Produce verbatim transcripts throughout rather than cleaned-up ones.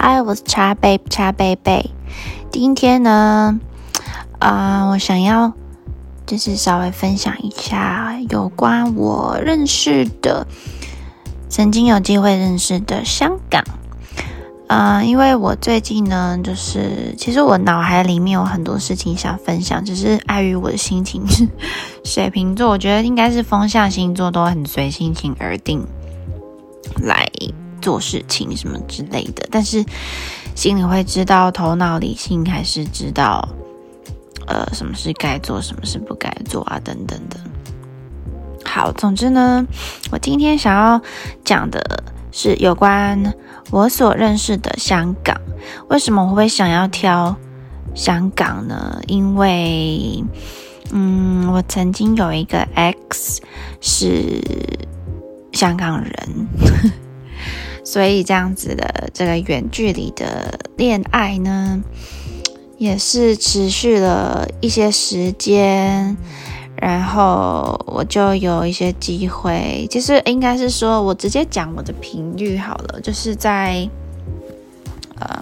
Hi， 我是茶贝茶贝贝。今天呢，啊、呃，我想要就是稍微分享一下有关我认识的，曾经有机会认识的香港。呃，因为我最近呢，就是其实我脑海里面有很多事情想分享，只是碍于我的心情是水瓶座，我觉得应该是风象星座都很随心情而定来做事情什么之类的，但是心里会知道，头脑理性还是知道，呃，什么是该做，什么是不该做啊，等等的。好，总之呢，我今天想要讲的是有关我所认识的香港。为什么我会想要挑香港呢？因为，嗯，我曾经有一个 ex 是香港人，所以这样子的这个远距离的恋爱呢，也是持续了一些时间。然后我就有一些机会，其实应该是说我直接讲我的频率好了，就是在呃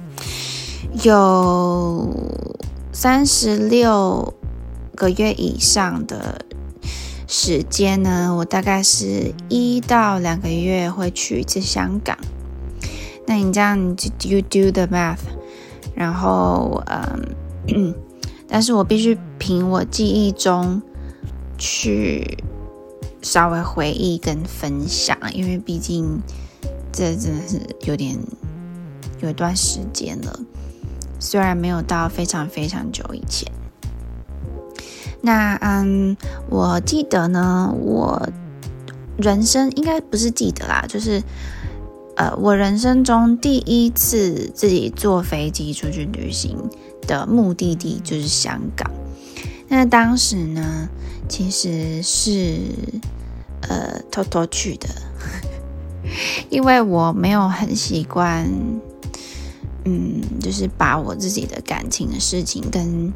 有三十六个月以上的时间呢，我大概是一到两个月会去一次香港。那你这样你就 you do the math， 然后嗯，但是我必须凭我记忆中去稍微回忆跟分享，因为毕竟这真的是有点有一段时间了，虽然没有到非常非常久以前。那嗯，我记得呢，我人生应该不是记得啦，就是呃，我人生中第一次自己坐飞机出去旅行的目的地就是香港。那当时呢，其实是呃偷偷去的，因为我没有很习惯，嗯，就是把我自己的感情的事情跟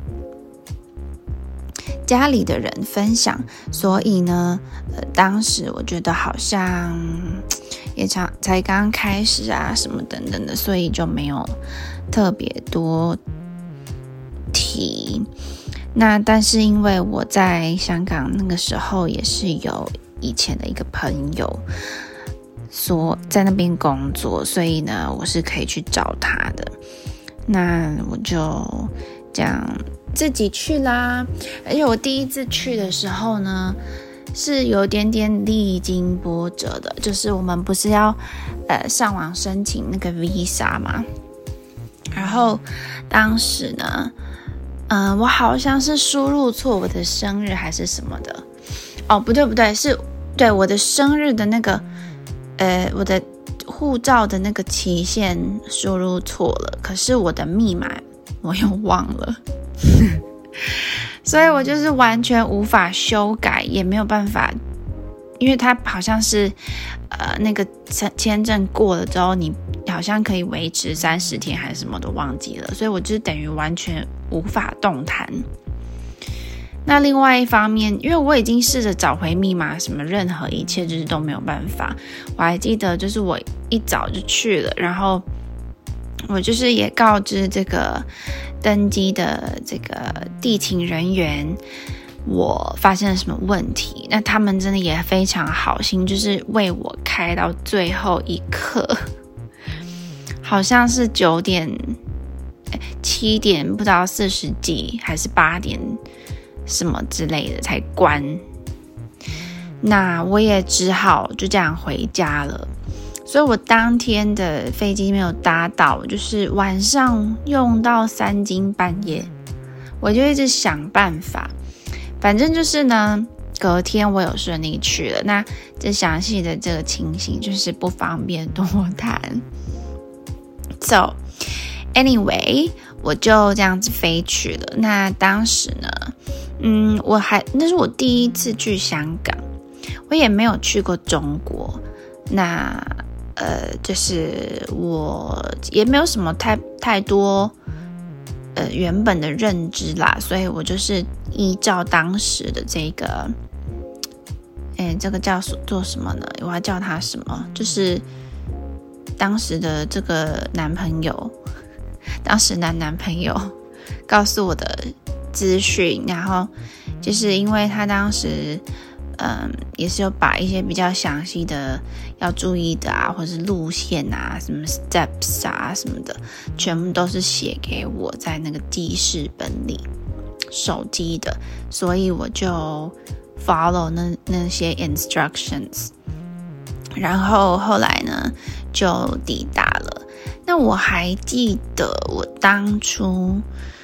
家里的人分享，所以呢，呃，当时我觉得好像也才才刚开始啊，什么等等的，所以就没有特别多提。那但是因为我在香港那个时候也是有以前的一个朋友所在那边工作，所以呢我是可以去找他的。那我就这样自己去啦。而且我第一次去的时候呢是有点点历经波折的，就是我们不是要呃上网申请那个 visa 嘛，然后当时呢嗯、呃，我好像是输入错我的生日还是什么的。哦，不对不对，是对我的生日的那个，呃，我的护照的那个期限输入错了，可是我的密码我又忘了，所以我就是完全无法修改，也没有办法，因为它好像是，呃，那个签证过了之后，你好像可以维持三十天还是什么都忘记了，所以我就是等于完全无法动弹。那另外一方面，因为我已经试着找回密码，什么任何一切就是都没有办法。我还记得就是我一早就去了，然后我就是也告知这个登机的这个地勤人员我发生了什么问题，那他们真的也非常好心，就是为我开到最后一刻，好像是九点、七点，不知道四十几还是八点什么之类的才关。那我也只好就这样回家了。所以我当天的飞机没有搭到，就是晚上用到三更半夜，我就一直想办法。反正就是呢，隔天我有顺利去了。那这详细的这个情形就是不方便多谈。So anyway， 我就这样子飞去了。那当时呢，嗯，我还那是我第一次去香港，我也没有去过中国。那呃，就是我也没有什么太太多呃原本的认知啦，所以我就是依照当时的这个，哎，这个叫做什么呢？我要叫它什么？就是当时的这个男朋友，当时男男朋友告诉我的资讯，然后就是因为他当时嗯也是有把一些比较详细的要注意的啊，或是路线啊，什么 steps 啊什么的，全部都是写给我在那个记事本里手机的，所以我就 follow 那那些 instructions， 然后后来呢就抵达了。那我还记得我当初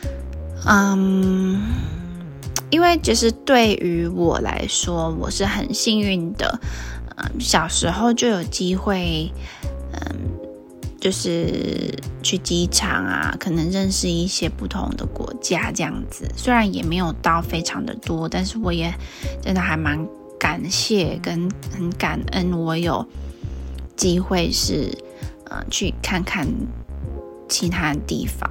嗯因为其实对于我来说，我是很幸运的，嗯，小时候就有机会，嗯，就是去机场啊，可能认识一些不同的国家这样子。虽然也没有到非常的多，但是我也真的还蛮感谢跟很感恩，我有机会是，呃，去看看其他的地方。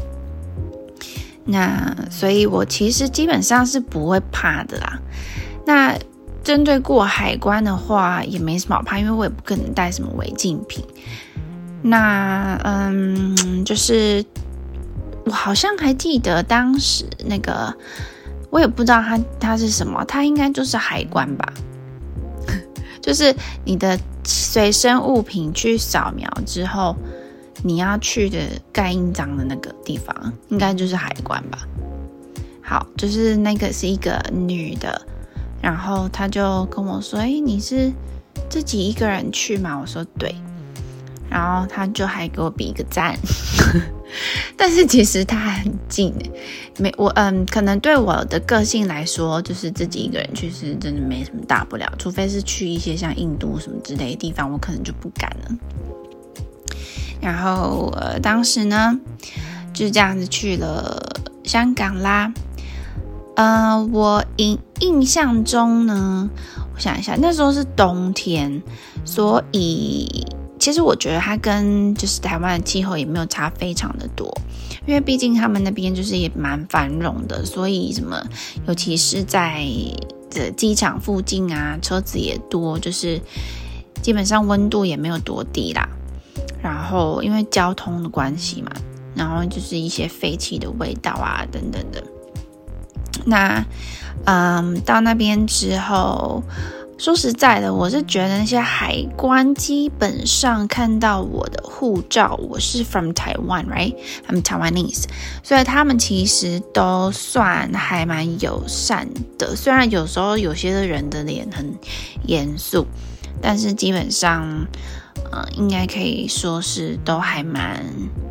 那所以我其实基本上是不会怕的啦。那针对过海关的话也没什么好怕，因为我也不可能带什么违禁品。那嗯就是我好像还记得当时那个我也不知道它它是什么，它应该就是海关吧。就是你的随身物品去扫描之后，你要去的盖印章的那个地方应该就是海关吧。好，就是那个是一个女的，然后她就跟我说，诶，你是自己一个人去吗？我说对，然后她就还给我比一个赞。但是其实她很近，没我嗯，可能对我的个性来说，就是自己一个人去是真的没什么大不了，除非是去一些像印度什么之类的地方，我可能就不敢了。然后呃，当时呢就这样子去了香港啦。呃，我印印象中呢，我想一下，那时候是冬天，所以其实我觉得它跟就是台湾的气候也没有差非常的多，因为毕竟他们那边就是也蛮繁荣的，所以什么，尤其是在这机场附近啊，车子也多，就是基本上温度也没有多低啦。然后因为交通的关系嘛，然后就是一些废气的味道啊等等的。那嗯，到那边之后，说实在的，我是觉得那些海关基本上看到我的护照，我是 from Taiwan, right? I'm Taiwanese， 所以他们其实都算还蛮友善的。虽然有时候有些的人的脸很严肃，但是基本上呃，应该可以说是都还蛮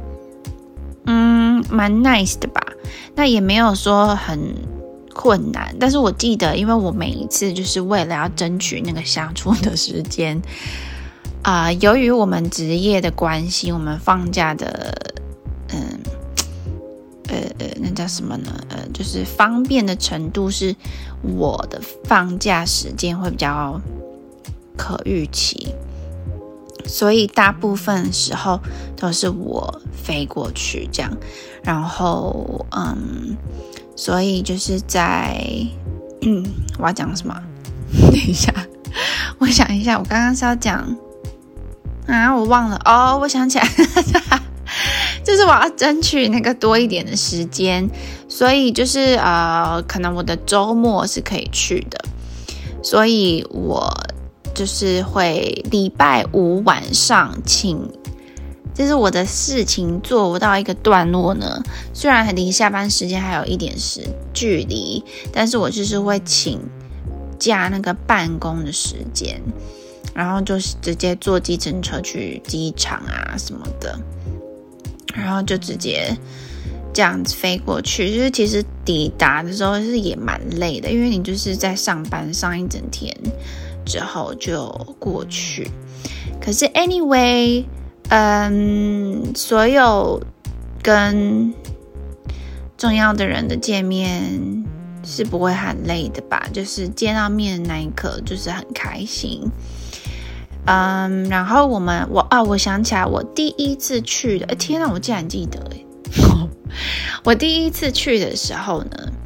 嗯蛮 nice 的吧。那也没有说很困难，但是我记得因为我每一次就是为了要争取那个相处的时间啊、呃，由于我们职业的关系，我们放假的嗯呃呃那叫什么呢呃就是方便的程度是我的放假时间会比较可预期，所以大部分时候都是我飞过去这样。然后嗯所以就是在嗯我要讲什么等一下我想一下，我刚刚是要讲啊我忘了哦我想起来就是我要争取那个多一点的时间，所以就是呃可能我的周末是可以去的，所以我就是会礼拜五晚上请，就是我的事情做到一个段落呢，虽然离下班时间还有一点时距离，但是我就是会请假那个办公的时间，然后就是直接坐计程车去机场啊什么的，然后就直接这样子飞过去。就是其实抵达的时候是也蛮累的，因为你就是在上班上一整天之后就过去。可是 anyway 嗯，所有跟重要的人的见面是不会很累的吧，就是见到面的那一刻就是很开心。嗯，然后我们我啊，我想起来我第一次去的，天哪，我竟然记得耶我第一次去的时候呢，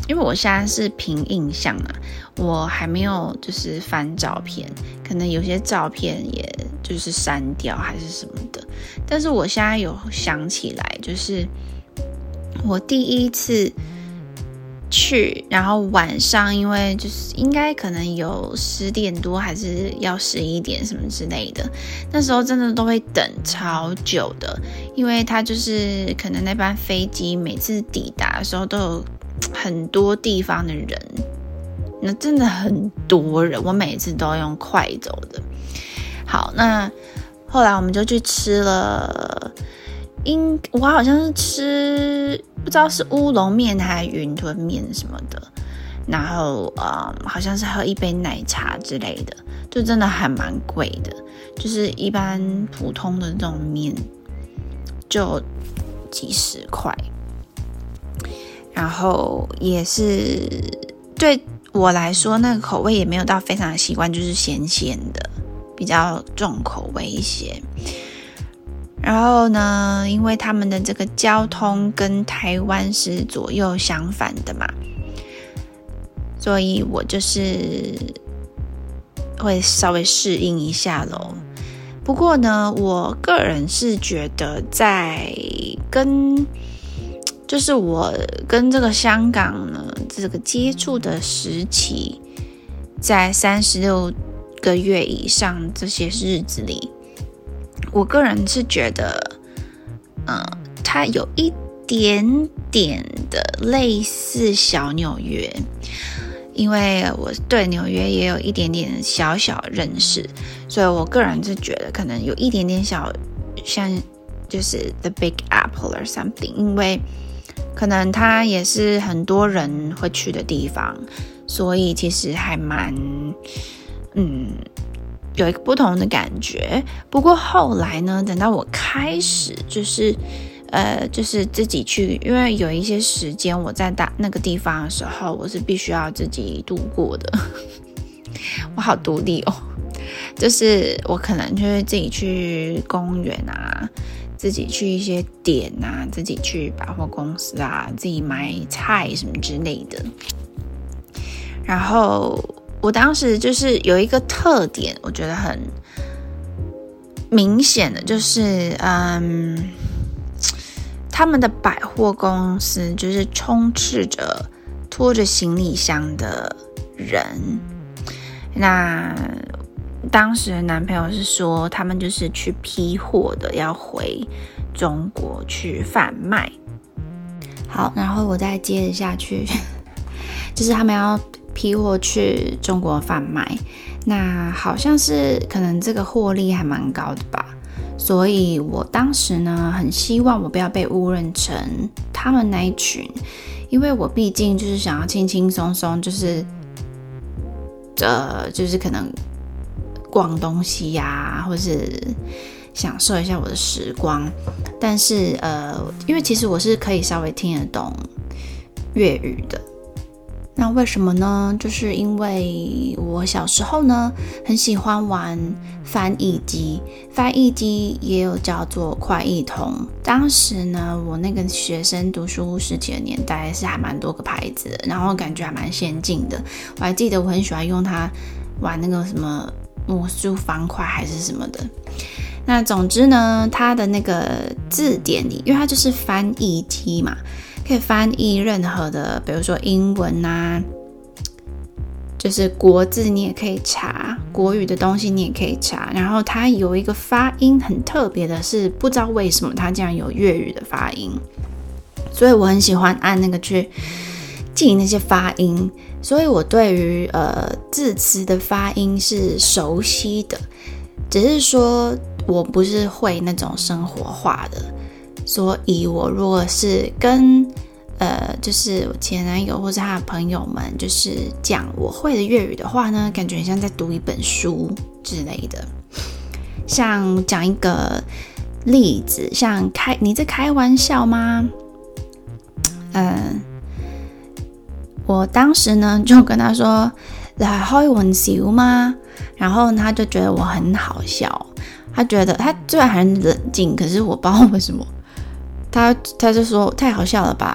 因为我现在是凭印象啊，我还没有就是翻照片，可能有些照片也就是删掉还是什么的。但是我现在有想起来，就是我第一次去，然后晚上因为就是应该可能有十点多还是要十一点什么之类的，那时候真的都会等超久的，因为它就是可能那班飞机每次抵达的时候都有很多地方的人，那真的很多人，我每次都用快走的。好，那后来我们就去吃了，应我好像是吃不知道是乌龙面还是云吞面什么的，然后嗯，好像是喝一杯奶茶之类的，就真的还蛮贵的，就是一般普通的这种面就几十块。然后也是对我来说，那个口味也没有到非常的习惯，就是咸咸的，比较重口味一些。然后呢，因为他们的这个交通跟台湾是左右相反的嘛，所以我就是会稍微适应一下咯。不过呢，我个人是觉得在跟就是我跟这个香港呢这个接触的时期，在三十六个月以上这些日子里，我个人是觉得嗯，它有一点点的类似小纽约，因为我对纽约也有一点点小小认识，所以我个人是觉得可能有一点点小像就是 The Big Apple or something， 因为可能它也是很多人会去的地方，所以其实还蛮嗯有一个不同的感觉。不过后来呢，等到我开始就是呃就是自己去，因为有一些时间我在大那个地方的时候，我是必须要自己度过的我好独立哦，就是我可能就会自己去公园啊，自己去一些店啊，自己去百货公司啊，自己买菜什么之类的。然后我当时就是有一个特点，我觉得很明显的，就是嗯，他们的百货公司就是充斥着拖着行李箱的人。那当时的男朋友是说，他们就是去批货的，要回中国去贩卖。好，然后我再接着下去，就是他们要批货去中国贩卖，那好像是可能这个获利还蛮高的吧，所以我当时呢很希望我不要被误认成他们那一群，因为我毕竟就是想要轻轻松松，就是呃，就是可能逛东西呀、啊，或是享受一下我的时光。但是呃，因为其实我是可以稍微听得懂粤语的。那为什么呢？就是因为我小时候呢很喜欢玩翻译机，翻译机也有叫做快译通。当时呢我那个学生读书时期的年代是还蛮多个牌子的，然后感觉还蛮先进的。我还记得我很喜欢用它玩那个什么魔术方块还是什么的。那总之呢，它的那个字典里，因为它就是翻译机嘛，可以翻译任何的，比如说英文啊，就是国字你也可以查，国语的东西你也可以查。然后它有一个发音很特别的是，不知道为什么它竟然有粤语的发音，所以我很喜欢按那个去记那些发音。所以我对于呃字词的发音是熟悉的，只是说我不是会那种生活化的。所以我如果是跟呃，就是我前男友或是他的朋友们，就是讲我会的粤语的话呢，感觉很像在读一本书之类的。像讲一个例子，像开你在开玩笑吗？嗯、呃，我当时呢就跟他说你係開玩笑嗎？然後他就覺得我很好笑，他覺得他雖然很冷靜，可是我不知道為什麼他他就說太好笑了吧，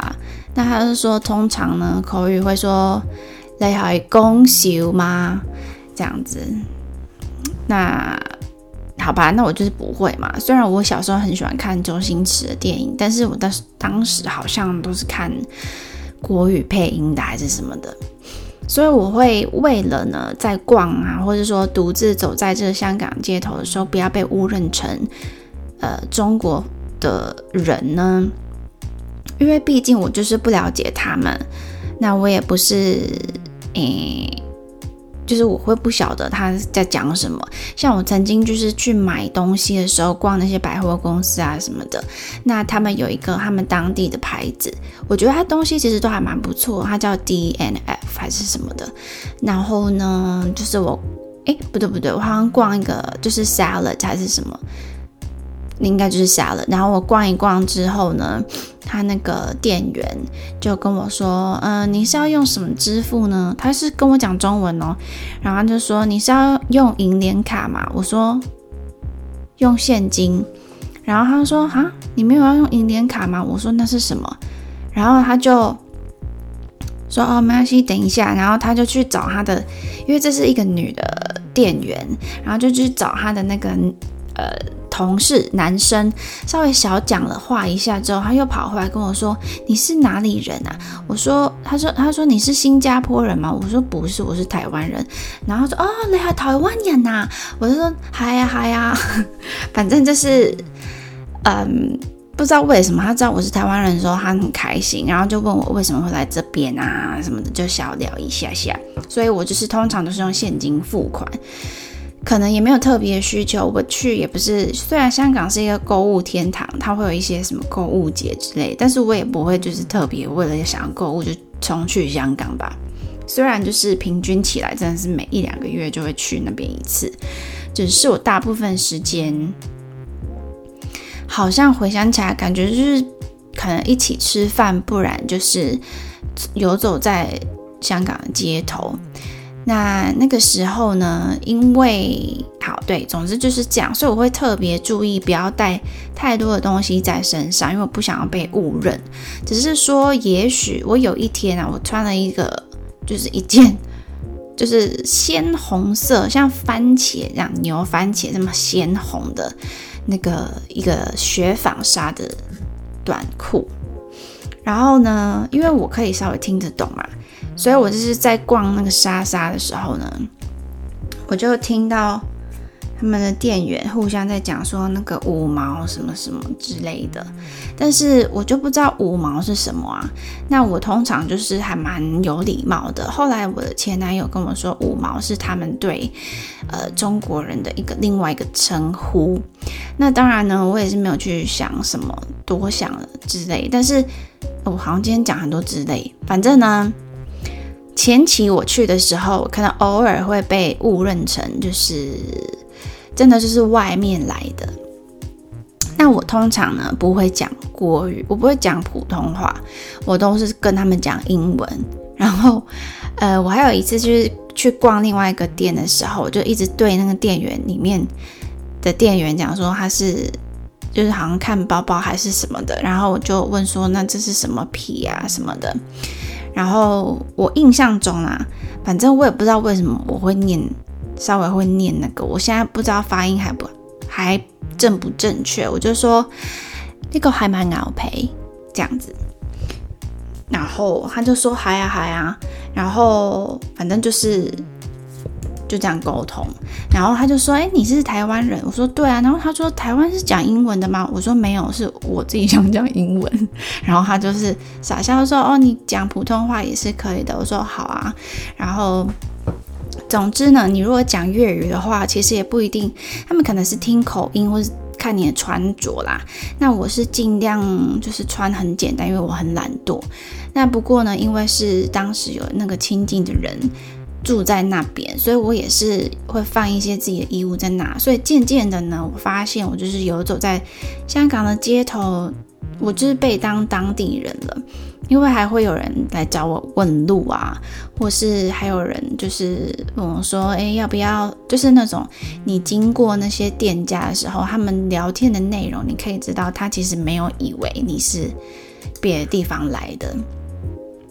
那他就说通常呢口语会说你係講笑嗎這樣子。那好吧，那我就是不会嘛。虽然我小时候很喜欢看周星驰的电影，但是我当当时好像都是看国语配音的还是什么的，所以我会为了呢在逛啊，或者说独自走在这个香港街头的时候，不要被误认成呃中国的人呢，因为毕竟我就是不了解他们，那我也不是诶。就是我会不晓得他在讲什么，像我曾经就是去买东西的时候，逛那些百货公司啊什么的，那他们有一个他们当地的牌子，我觉得他东西其实都还蛮不错，它叫 D N F 还是什么的。然后呢，就是我，诶，不对不对，我好像逛一个就是 salad 还是什么，应该就是 salad。然后我逛一逛之后呢，他那个店员就跟我说，嗯、呃，你是要用什么支付呢？他是跟我讲中文哦，然后他就说你是要用银联卡吗？我说用现金，然后他说啊，你没有要用银联卡吗？我说那是什么？然后他就说哦，没关系，等一下。然后他就去找他的，因为这是一个女的店员，然后就去找他的那个呃。同事男生稍微小讲了话一下之后，他又跑回来跟我说你是哪里人啊？我说他说他说你是新加坡人吗？我说不是，我是台湾人。然后他说哦，你係台灣人啊？我就說嗨呀嗨呀，反正就是嗯，不知道为什么他知道我是台湾人的时候，他很开心，然后就问我为什么会来这边啊什么的，就小聊一下下。所以我就是通常都是用现金付款。可能也没有特别的需求，我去也不是，虽然香港是一个购物天堂，它会有一些什么购物节之类，但是我也不会就是特别为了想要购物就冲去香港吧。虽然就是平均起来真的是每一两个月就会去那边一次，只是我大部分时间好像回想起来感觉就是可能一起吃饭，不然就是游走在香港的街头。那那个时候呢，因为好对，总之就是这样，所以我会特别注意不要带太多的东西在身上，因为我不想要被误认。只是说也许我有一天啊，我穿了一个就是一件就是鲜红色，像番茄这样牛番茄这么鲜红的那个一个雪纺纱的短裤，然后呢，因为我可以稍微听得懂嘛，所以我就是在逛那个莎莎的时候呢，我就听到他们的店员互相在讲说那个五毛什么什么之类的，但是我就不知道五毛是什么啊。那我通常就是还蛮有礼貌的。后来我的前男友跟我说，五毛是他们对呃中国人的一个另外一个称呼。那当然呢，我也是没有去想什么多想了之类，但是我好像今天讲很多之类，反正呢。前期我去的时候，可能偶尔会被误认成就是真的就是外面来的。那我通常呢不会讲国语，我不会讲普通话，我都是跟他们讲英文。然后，呃，我还有一次就是去逛另外一个店的时候，我就一直对那个店员里面的店员讲说他是就是好像看包包还是什么的，然后我就问说那这是什么皮啊什么的。然后我印象中啊，反正我也不知道为什么我会念，稍微会念那个，我现在不知道发音还不还正不正确，我就说那个还蛮牛皮这样子，然后他就说嗨啊嗨啊，然后反正就是就这样沟通，然后他就说哎，你是台湾人？我说对啊，然后他说台湾是讲英文的吗？我说没有，是我自己想讲英文，然后他就是傻笑说哦，你讲普通话也是可以的。我说好啊，然后总之呢，你如果讲粤语的话，其实也不一定，他们可能是听口音或是看你的穿着啦。那我是尽量就是穿很简单，因为我很懒惰。那不过呢，因为是当时有那个亲近的人住在那边，所以我也是会放一些自己的衣物在那，所以渐渐的呢，我发现我就是游走在香港的街头，我就是被当当地人了。因为还会有人来找我问路啊，或是还有人就是问我说诶，要不要就是那种你经过那些店家的时候，他们聊天的内容你可以知道他其实没有以为你是别的地方来的，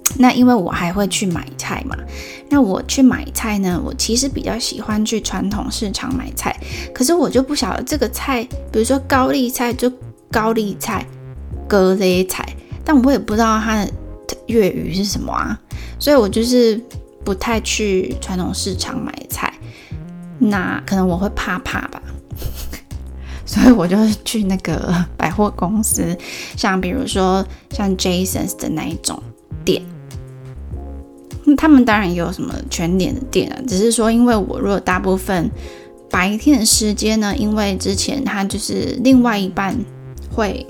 那因为我还会去买菜嘛，那我去买菜呢，我其实比较喜欢去传统市场买菜，可是我就不晓得这个菜，比如说高丽菜就高丽菜、格雷菜，但我也不知道它的粤语是什么啊，所以我就是不太去传统市场买菜，那可能我会怕怕吧。所以我就去那个百货公司，像比如说像 Jasons 的那一种店，他们当然也有什么全联的店啊，只是说因为我如果大部分白天的时间呢，因为之前他就是另外一半会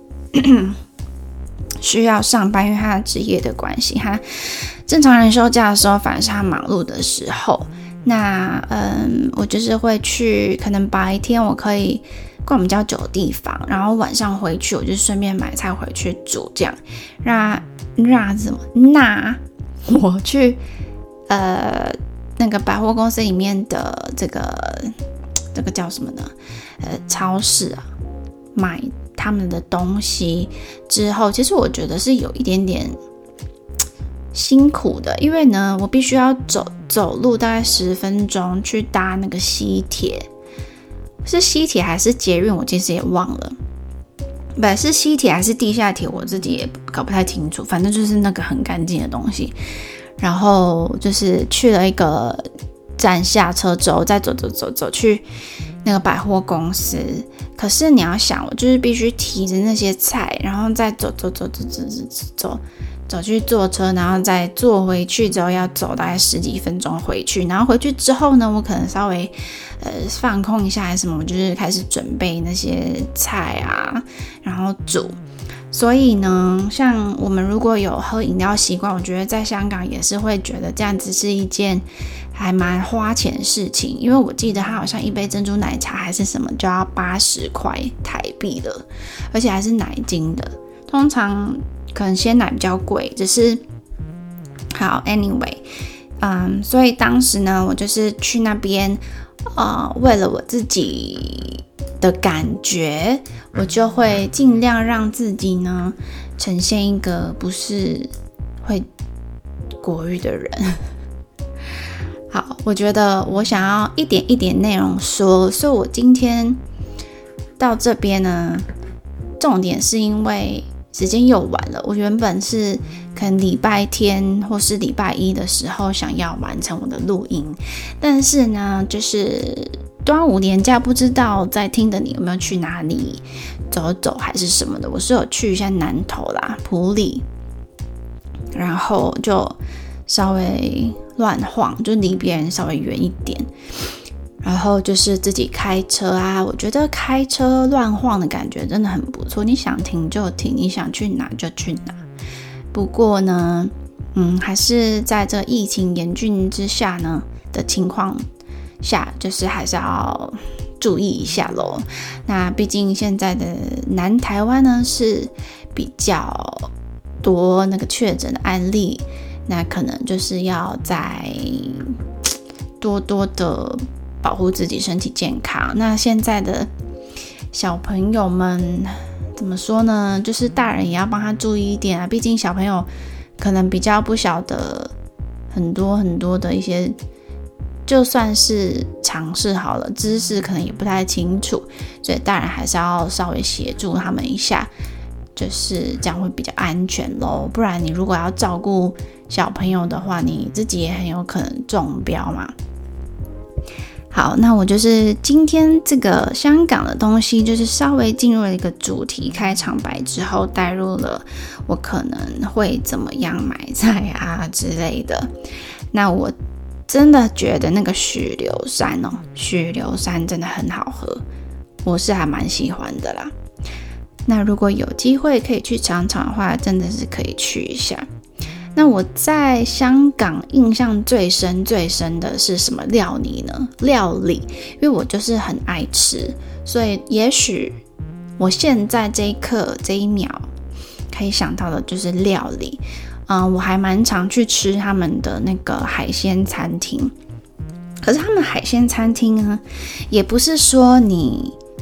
需要上班，因为他的职业的关系，他正常人休假的时候反而是他忙碌的时候。那嗯，我就是会去，可能白天我可以逛比较久的地方，然后晚上回去我就顺便买菜回去煮，这样让让什么那我去呃那个百货公司里面的这个这个叫什么呢？呃，超市啊，买他们的东西之后，其实我觉得是有一点点辛苦的，因为呢，我必须要走走路大概十分钟去搭那个西铁，是西铁还是捷运？我其实也忘了，不是西铁还是地下铁，我自己也搞不太清楚。反正就是那个很干净的东西，然后就是去了一个站下车之后，再走走走走去那个百货公司。可是你要想，我就是必须提着那些菜，然后再走走走走走走走走。走去坐车，然后再坐回去之后要走大概十几分钟回去，然后回去之后呢，我可能稍微呃放空一下还是什么，我就是开始准备那些菜啊，然后煮。所以呢，像我们如果有喝饮料习惯，我觉得在香港也是会觉得这样子是一件还蛮花钱的事情，因为我记得它好像一杯珍珠奶茶还是什么就要八十块台币了，而且还是奶精的，通常可能鲜奶比较贵，只是好 anyway， 嗯，所以当时呢，我就是去那边，呃，为了我自己的感觉，我就会尽量让自己呢呈现一个不是会国语的人。好，我觉得我想要一点一点内容说，所以我今天到这边呢，重点是因为时间又晚了，我原本是可能礼拜天或是礼拜一的时候想要完成我的录音，但是呢，就是端午连假，不知道在听的你有没有去哪里走走还是什么的，我是有去一下南投啦、埔里，然后就稍微乱晃，就离别人稍微远一点。然后就是自己开车啊，我觉得开车乱晃的感觉真的很不错，你想停就停，你想去哪就去哪。不过呢，嗯，还是在这疫情严峻之下呢的情况下，就是还是要注意一下咯。那毕竟现在的南台湾呢是比较多那个确诊的案例，那可能就是要再多多的保护自己身体健康。那现在的小朋友们怎么说呢？就是大人也要帮他注意一点啊，毕竟小朋友可能比较不晓得很多很多的一些，就算是尝试好了，知识可能也不太清楚，所以大人还是要稍微协助他们一下，就是这样会比较安全咯。不然你如果要照顾小朋友的话，你自己也很有可能中标嘛。好，那我就是今天这个香港的东西，就是稍微进入了一个主题开场白之后，带入了我可能会怎么样买菜啊之类的。那我真的觉得那个许留山哦，许留山真的很好喝，我是还蛮喜欢的啦。那如果有机会可以去尝尝的话，真的是可以去一下。那我在香港印象最深最深的是什么料理呢？料理，因为我就是很爱吃，所以也许我现在这一刻这一秒可以想到的就是料理。嗯，我还蛮常去吃他们的那个海鲜餐厅，可是他们海鲜餐厅呢，也不是说你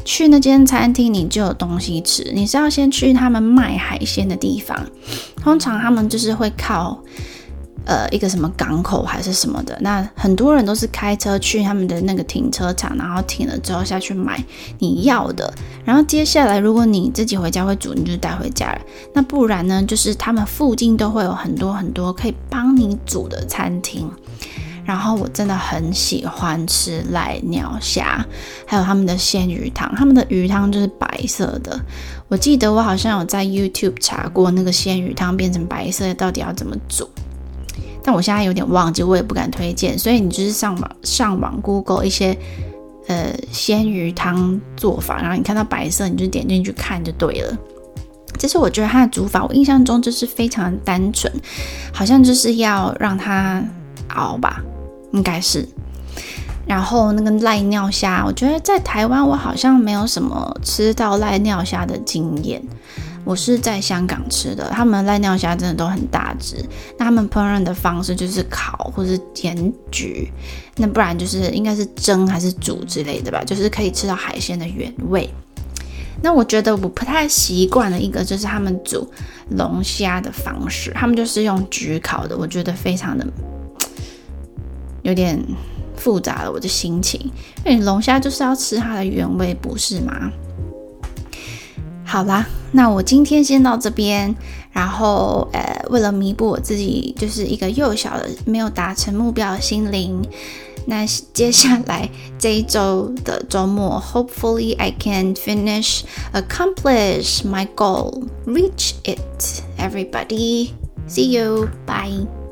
去那间餐厅你就有东西吃，你是要先去他们卖海鲜的地方，通常他们就是会靠呃一个什么港口还是什么的，那很多人都是开车去他们的那个停车场，然后停了之后下去买你要的，然后接下来如果你自己回家会煮，你就带回家了，那不然呢就是他们附近都会有很多很多可以帮你煮的餐厅。然后我真的很喜欢吃濑尿虾，还有他们的鲜鱼汤，他们的鱼汤就是白色的，我记得我好像有在 YouTube 查过那个鲜鱼汤变成白色的到底要怎么煮，但我现在有点忘记，我也不敢推荐，所以你就是上网上网 Google 一些呃鲜鱼汤做法，然后你看到白色你就点进去看就对了。其实我觉得它的煮法我印象中就是非常的单纯，好像就是要让它熬吧，应该是。然后那个濑尿虾，我觉得在台湾我好像没有什么吃到濑尿虾的经验，我是在香港吃的，他们的濑尿虾真的都很大只，那他们烹饪的方式就是烤或是煎焗，那不然就是应该是蒸还是煮之类的吧，就是可以吃到海鲜的原味。那我觉得我不太习惯的一个就是他们煮龙虾的方式，他们就是用焗烤的，我觉得非常的有点复杂了我的心情，因为龙虾就是要吃它的原味，不是吗？好啦，那我今天先到这边，然后呃，为了弥补我自己就是一个幼小的没有达成目标的心灵，那接下来这一周的周末 ，hopefully I can finish, accomplish my goal, reach it. Everybody, see you, bye.